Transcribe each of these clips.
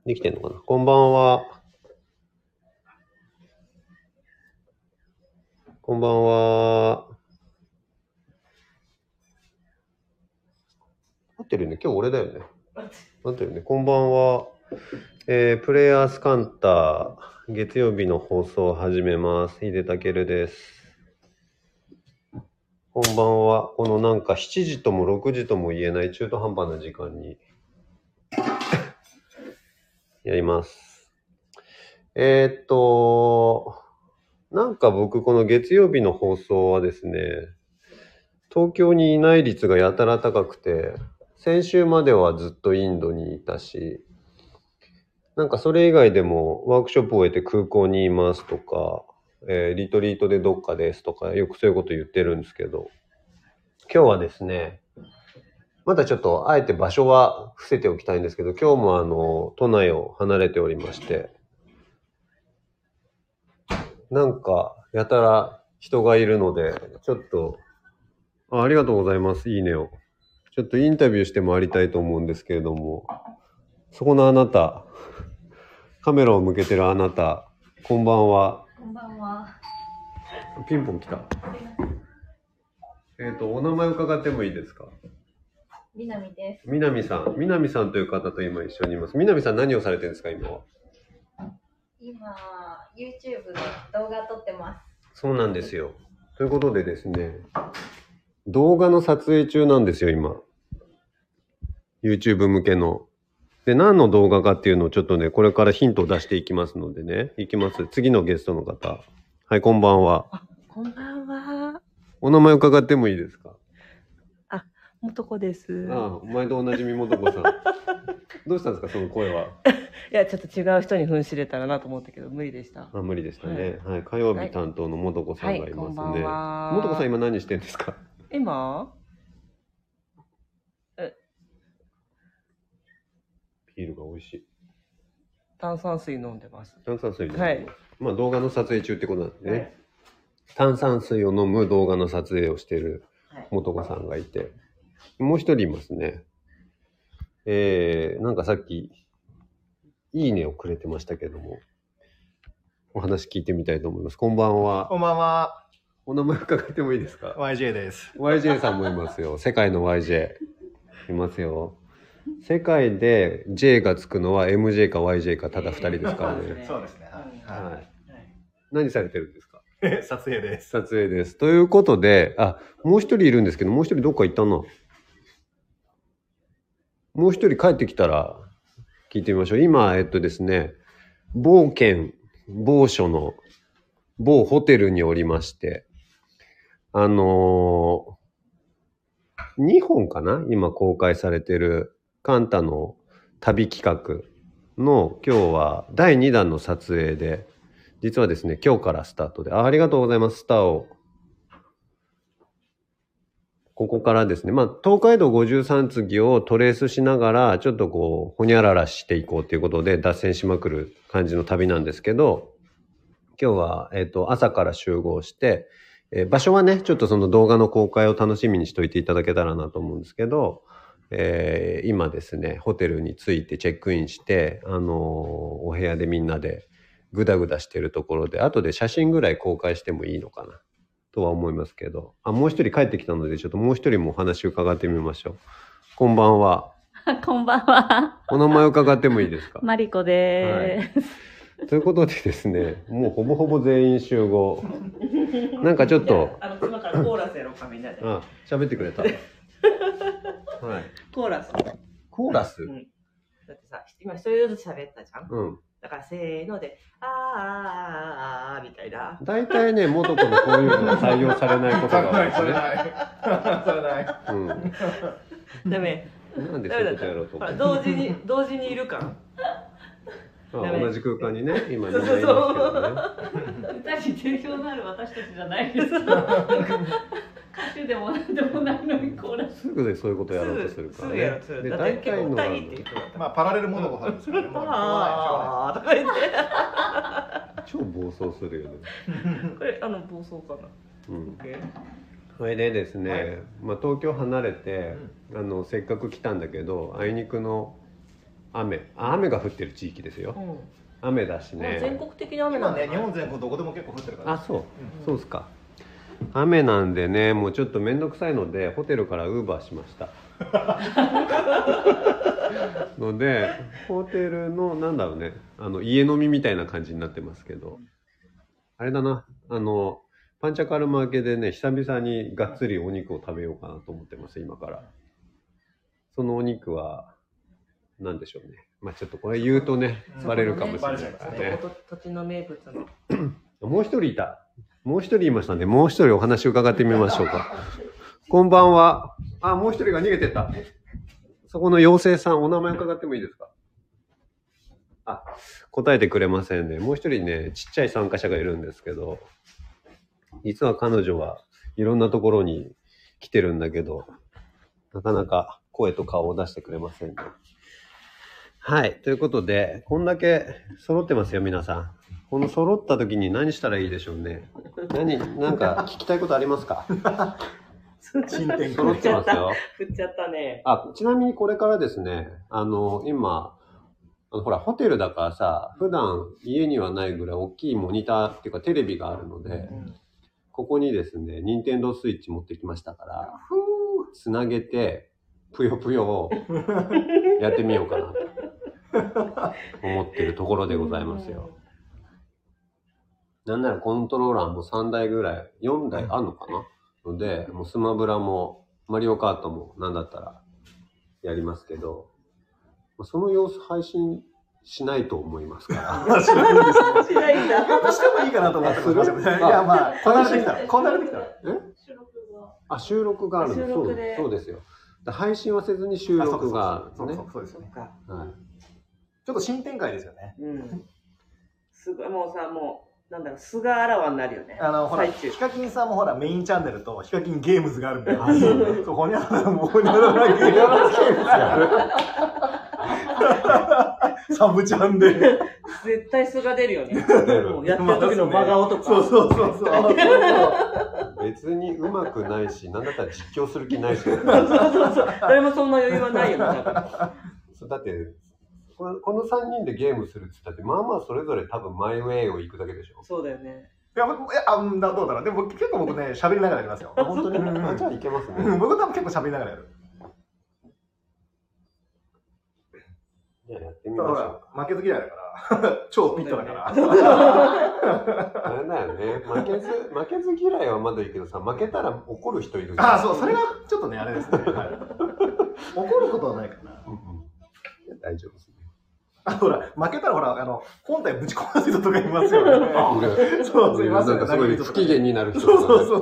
できてんのかな。こんばんは。こんばんは。合ってるよね。今日俺だよね。合ってるね。こんばんは。プレイヤースカンター月曜日の放送を始めます。井出武です。こんばんは。このなんか7時とも6時とも言えない中途半端な時間にやります。なんか僕この月曜日の放送はですね、東京にいない率がやたら高くて、先週まではずっとインドにいたし、なんかそれ以外でもワークショップを終えて空港にいますとか、リトリートでどっかですとか、よくそういうこと言ってるんですけど、今日はですね、まだちょっとあえて場所は伏せておきたいんですけど、今日も都内を離れておりまして、なんかやたら人がいるので、ちょっと、ありがとうございます。いいねを。ちょっとインタビューして回りたいと思うんですけれども、そこのあなた、カメラを向けてるあなた、こんばんは。 こんばんは。 ピンポン来た。お名前伺ってもいいですか？ 南です。 南さん。南さんという方と今一緒にいます。南さん何をされてるんですか、今は？ 今、YouTube で動画撮ってます。 そうなんですよ。ということでですね、動画の撮影中なんですよ、今。YouTube 向けの。で、何の動画かっていうのをちょっとね、これからヒントを出していきますのでね、いきます。次のゲストの方。はい、こんばんは。 こんばんは。 お名前伺ってもいいですか？ もとこです。 毎度おなじみもとこさん。どうしたんですか、その声は。 いや、ちょっと違う人に扮しれたらなと思ったけど、無理でした。 無理でしたね。はい、火曜日担当のもとこさんがいますね。 こんばんは。 もとこさん今何してるんですか？ 今ビールが美味しい。 炭酸水飲んでます。 炭酸水飲んでます。 はい。 まあ動画の撮影中ってことなんですね。はい、炭酸水を飲む動画の撮影をしているもとこさんがいて、もう一人いますね。なんかさっきいいねをくれてましたけども、お話聞いてみたいと思います。こんばんは。 こんばんは。 お名前伺ってもいいですか？ YJ です。 YJ さんもいますよ。世界の YJ いますよ。世界で J がつくのは MJ か YJ かただ2人ですからね。 そうですね。 はい。何されてるんですか？ 撮影です。 撮影です。ということで、もう一人いるんですけど、もう一人どっか行ったな。もう一人帰ってきたら聞いてみましょう。今、ですね、某県、某所の某ホテルにおりまして、2本かな今公開されてるカンタの旅企画の今日は第2弾の撮影で、実はですね、今日からスタートで、ありがとうございます、スターを。ここからですね、東海道53次をトレースしながら、ちょっとこう、ほにゃららしていこうということで、脱線しまくる感じの旅なんですけど、今日は、朝から集合して、場所はね、ちょっとその動画の公開を楽しみにしといていただけたらなと思うんですけど、今ですね、ホテルに着いてチェックインして、お部屋でみんなでグダグダしてるところで、後で写真ぐらい公開してもいいのかなとは思いますけど、もう一人帰ってきたので、ちょっともう一人もお話を伺ってみましょう。こんばんは。 こんばんは。 お名前を伺ってもいいですか？ マリコです。 ということでですね、もうほぼほぼ全員集合。なんかちょっと。 今からコーラスやろうか、みんなで。 喋ってくれた。はい。 コーラス。 コーラス？ だってさ、今一人ずつ喋ったじゃん。 うん。 だからせーので、あーみたいな。 大体ね、元子のこういうのは採用されないことが多いですね。 それない。 うん。 ダメ。 なんでそういうことやろうと思って。 同時にいるか同じ空間にね、今みんないますけどね。 歌に定評のある私たちじゃないですか。歌手でもなんでもないのにコーラス。 すぐでそういうことやろうとするからね。 で、大体のはパラレルモノコさんですからね。 とか言って。 超暴走するよね。 これ暴走かな。 それでですね、東京離れて、せっかく来たんだけど、あいにくの雨が降ってる地域ですよ。雨だしね。 全国的に雨なんだよ今ね、日本全国どこでも結構降ってるから。 あ、そうですか。雨なんでね、もうちょっと面倒くさいのでホテルからウーバーしましたので、ホテルのなんだろうね、家飲みみたいな感じになってますけど、あれだな、パンチャカルマ明けでね、久々にがっつりお肉を食べようかなと思ってます今から。そのお肉は何でしょうね。まあちょっとこれ言うとね、バレるかもしれないですね。 土地の名物の。 もう一人いた。もう一人いましたんで、もう一人お話伺ってみましょうか。こんばんは。あ、もう一人が逃げてった。そこの妖精さん、お名前伺ってもいいですか？あ、答えてくれませんね。もう一人ね、ちっちゃい参加者がいるんですけど、実は彼女はいろんなところに来てるんだけど、なかなか声と顔を出してくれませんね。はい。ということで、こんだけ揃ってますよ、皆さん。この揃った時に何したらいいでしょうね。なんか聞きたいことありますか？ 新店揃ってますよ。 振っちゃったね。 あ、ちなみにこれからですね、今、ほら、ホテルだからさ、普段家にはないぐらい大きいモニターっていうかテレビがあるので、ここにですね、任天堂スイッチ持ってきましたから、つなげて、ぷよぷよをやってみようかなと思ってるところでございますよ。なんならコントローラーも3台ぐらい、4台あるのかなので、もうスマブラもマリオカートもなんだったらやりますけど、その様子配信しないと思いますから。 しないんですね。 しないんだ。 してもいいかなと思ってますけどね。いや、まあ、こなれてきたら。こなれてきたら。 あ、収録があるんです。そうですよ。配信はせずに収録があるんですね。 そうですよね。 はい。 ちょっと新展開ですよね。 すごい、もうさ、なんだろう、素があらわになるよね。 ほら、ヒカキンさんもほら、メインチャンネルとヒカキンゲームズがあるんで。そう、ほにゃららもほにゃららゲームズがある。サブチャンで。 絶対素が出るよね。やってる時の真顔とか。 そう。 別にうまくないし、なんだったら実況する気ないし。そう。 誰もそんな余裕はないよね。 だって、この3人でゲームするって言ったって、まあまあそれぞれ多分マイウェイを行くだけでしょ。 そうだよね。 いや、どうだろう。でも結構僕ね、喋りながらやりますよ。 本当に？じゃあいけますね。 僕多分結構喋りながらやる。 じゃあやってみましょうか。 負けず嫌いだから、超ピットだから。 あれだよね。負けず嫌いはまだいいけどさ、負けたら怒る人いる。 ああ、そう、それがちょっとね、あれですね。怒ることはないかな。 大丈夫ですね。 ほら、負けたらほら、本体ぶち壊す人とかいますよね。そう、いますよね。 なんかすごい不機嫌になる人とか。 そう。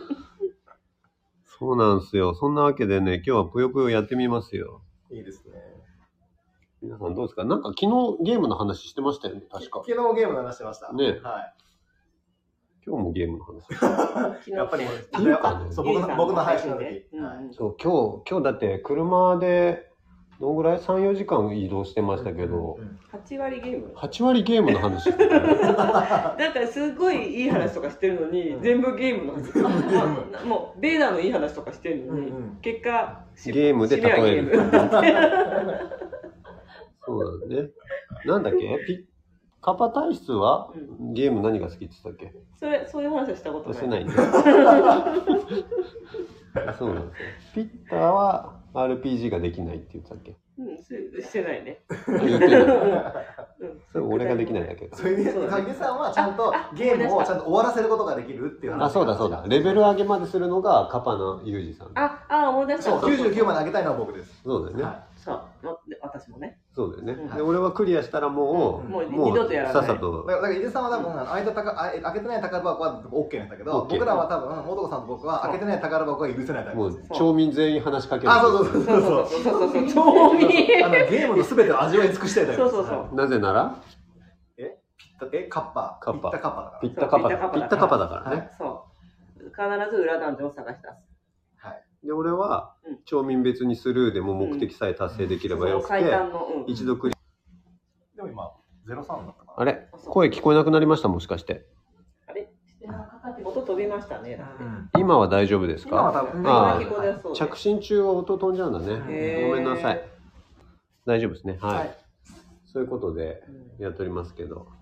そうなんですよ。そんなわけでね、今日はぷよぷよやってみますよ。 いいですね。 皆さんどうですか？なんか昨日ゲームの話してましたよね、確か。 昨日ゲームの話してました。 ね。 はい。 今日もゲームの話。 やっぱり、そう、僕の配信の時。 そう、今日だって車で、どのぐらい ?3、4時間移動してましたけど、 8割ゲーム 8割ゲームの話してたよね。 だからすごいいい話とかしてるのに、全部ゲームの話。もうベーダーのいい話とかしてるのに、結果ゲームで例える。そうだね。なんだっけ？カパ体質はゲーム何が好きって言ったっけ？ そういう話はしたことない。 してないね。そうなんですよ。ピッターは RPG ができないって言ってたっけ？ してないね。 言ってない。それ俺ができないだけ。 それで、影さんはちゃんとゲームをちゃんと終わらせることができるっていう話。 あ、そうだ。レベル上げまでするのがカパのユージさん。 思い出した。 そう、99まで上げたいのは僕です。 そうだよね。 そう、私もね。 そうだよね。で、俺はクリアしたらもう二度とやらない。 さっさと。 だから井出さんは多分開けてない宝箱は OK なんだけど、僕らは多分元子さんと僕は開けてない宝箱は許せないタイプ。 もう町民全員話しかける。 あ、そう。 町民。 ゲームのすべてを味わい尽くしたいタイプ。 そう。 なぜなら？ カッパ。 ピッタカパだからね。 そう。必ず裏ダンジョンを探し出す。 で、俺は町民別にスルーでも目的さえ達成できればよくて、一度クリア。 でも今03だったかな。 あれ？声聞こえなくなりましたもしかして？ あれ？音飛びましたね。 今は大丈夫ですか？ 今は多分。 着信中は音飛んじゃうんだね。ごめんなさい。 大丈夫ですね。はい。 はいそういうことでやっておりますけど。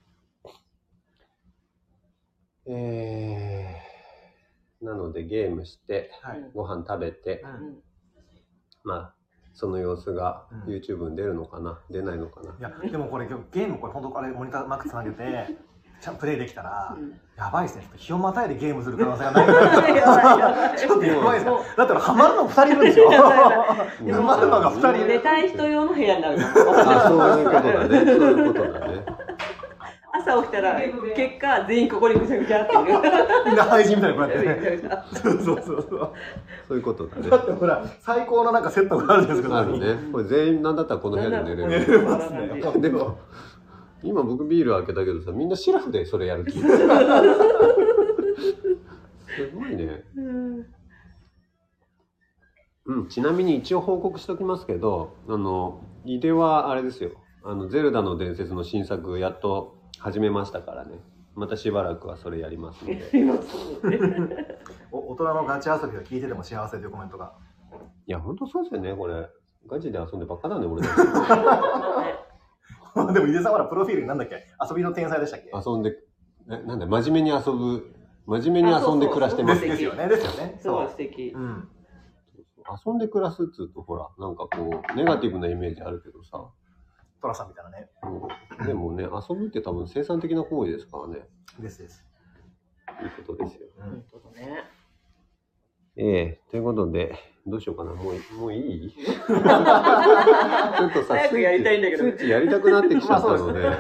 なのでゲームして、 はいご飯食べて、まあ、その様子が YouTube に出るのかな、出ないのかな。 いやでもこれゲームこれ本当あれモニターマックスつなげてちゃんとプレイできたら、やばいですね。ちょっと日をまたいでゲームする可能性がないからちょっとやばいですね。だったらハマるの2人いるんですよ。ハマるのが2人いる。 寝たい人用の部屋になるあ、そういうことだね。そういうことだね。 朝起きたら結果全員ここにぐちゃぐちゃっているみんな配信みたいにこうやってね。そうそうそう。 そういうことだね。 だってほら最高のなんかセットがあるじゃないですか。 あるね。これ全員なんだったらこの部屋で寝れる。 寝れますね。 でも、今僕ビール開けたけどさ、みんなシラフでそれやる気。すごいね。ちなみに一応報告しておきますけど、井出はあれですよ。ゼルダの伝説の新作やっと始めましたからね。またしばらくはそれやりますので。 大人のガチ遊びが聞いてても幸せというコメントが。 いや、ほんとそうですよね、これ。ガチで遊んでばっかだね、俺。 でも井出さんほらプロフィールになんだっけ、遊びの天才でしたっけ。 遊んで、なんだ、真面目に遊んで暮らしてます。 ですよね、ですよね。 そう素敵。 遊んで暮らすっつうとほら、なんかこう、ネガティブなイメージあるけどさ。 トラさんみたいなね。 でもね、遊ぶって多分生産的な行為ですからね。 です。 いいことですよ。 本当だね。 ということで、どうしようかな。もういいちょっとさ、 早くやりたいんだけどスイッチやりたくなってきちゃったので。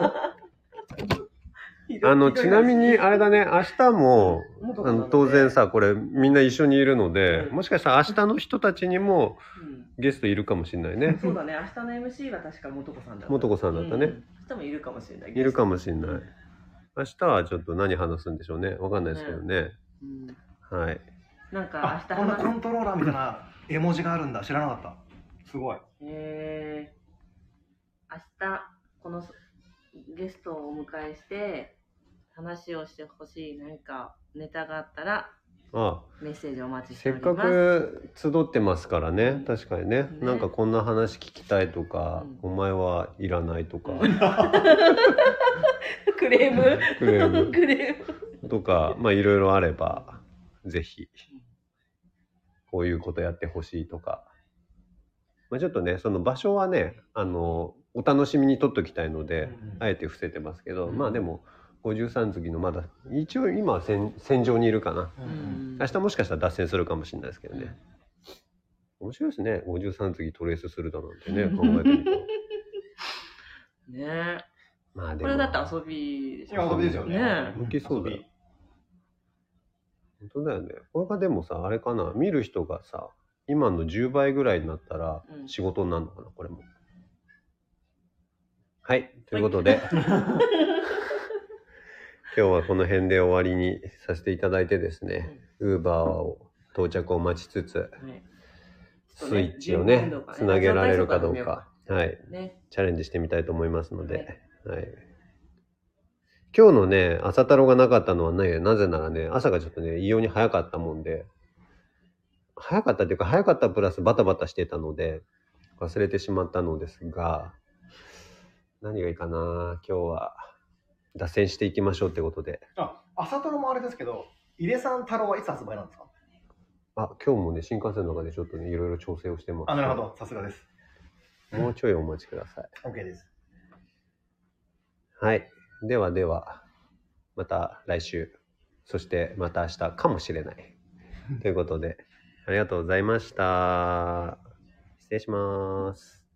ちなみに、あれだね、明日も、当然さ、これみんな一緒にいるので、もしかしたら明日の人たちにもゲストいるかもしれないね。 そうだね、明日の MC は確か素子さんだった。 素子さんだったね。 明日もいるかもしれない。 いるかもしれない。明日はちょっと何話すんでしょうね。わかんないですけどね。はい。 なんか明日こんなコントローラーみたいな絵文字があるんだ。知らなかった。すごい。 明日このゲストをお迎えして話をしてほしい何かネタがあったらメッセージお待ちしております。 せっかく集ってますからね。確かにね。なんかこんな話聞きたいとか、お前はいらないとか。 クレームとか、まあいろいろあれば、ぜひ、こういうことやってほしいとか。まあちょっとね、その場所はね、お楽しみにとっときたいので、あえて伏せてますけど、まあでも、53次のまだ、一応今は戦場にいるかな。明日もしかしたら脱線するかもしれないですけどね。面白いですね。53次トレースするだなんてね、考えてみると。 ね。 まあでも。 これだって遊びでしょ。 遊びですよね。 向きそうだよ。本当だよね。これがでもさ、あれかな、見る人がさ、今の10倍ぐらいになったら仕事になるのかな、これも。はい、ということで。今日はこの辺で終わりにさせていただいてですね、Uber を到着を待ちつつ、スイッチをね、つなげられるかどうか、はい、チャレンジしてみたいと思いますので、はい。今日のね、朝太郎がなかったのはね、なぜならね、朝がちょっとね、異様に早かったもんで、早かったっていうか、早かったプラスバタバタしてたので、忘れてしまったのですが、何がいいかな、今日は。脱線していきましょうってことで。 朝太郎もあれですけど、井出さん太郎はいつ発売なんですか？ 今日もね、新幹線の中でちょっとね、いろいろ調整をしてます。 なるほど、さすがです。 もうちょいお待ちください。 OK です。 はい。ではでは、また来週、そしてまた明日かもしれない。ということで、ありがとうございました。失礼します。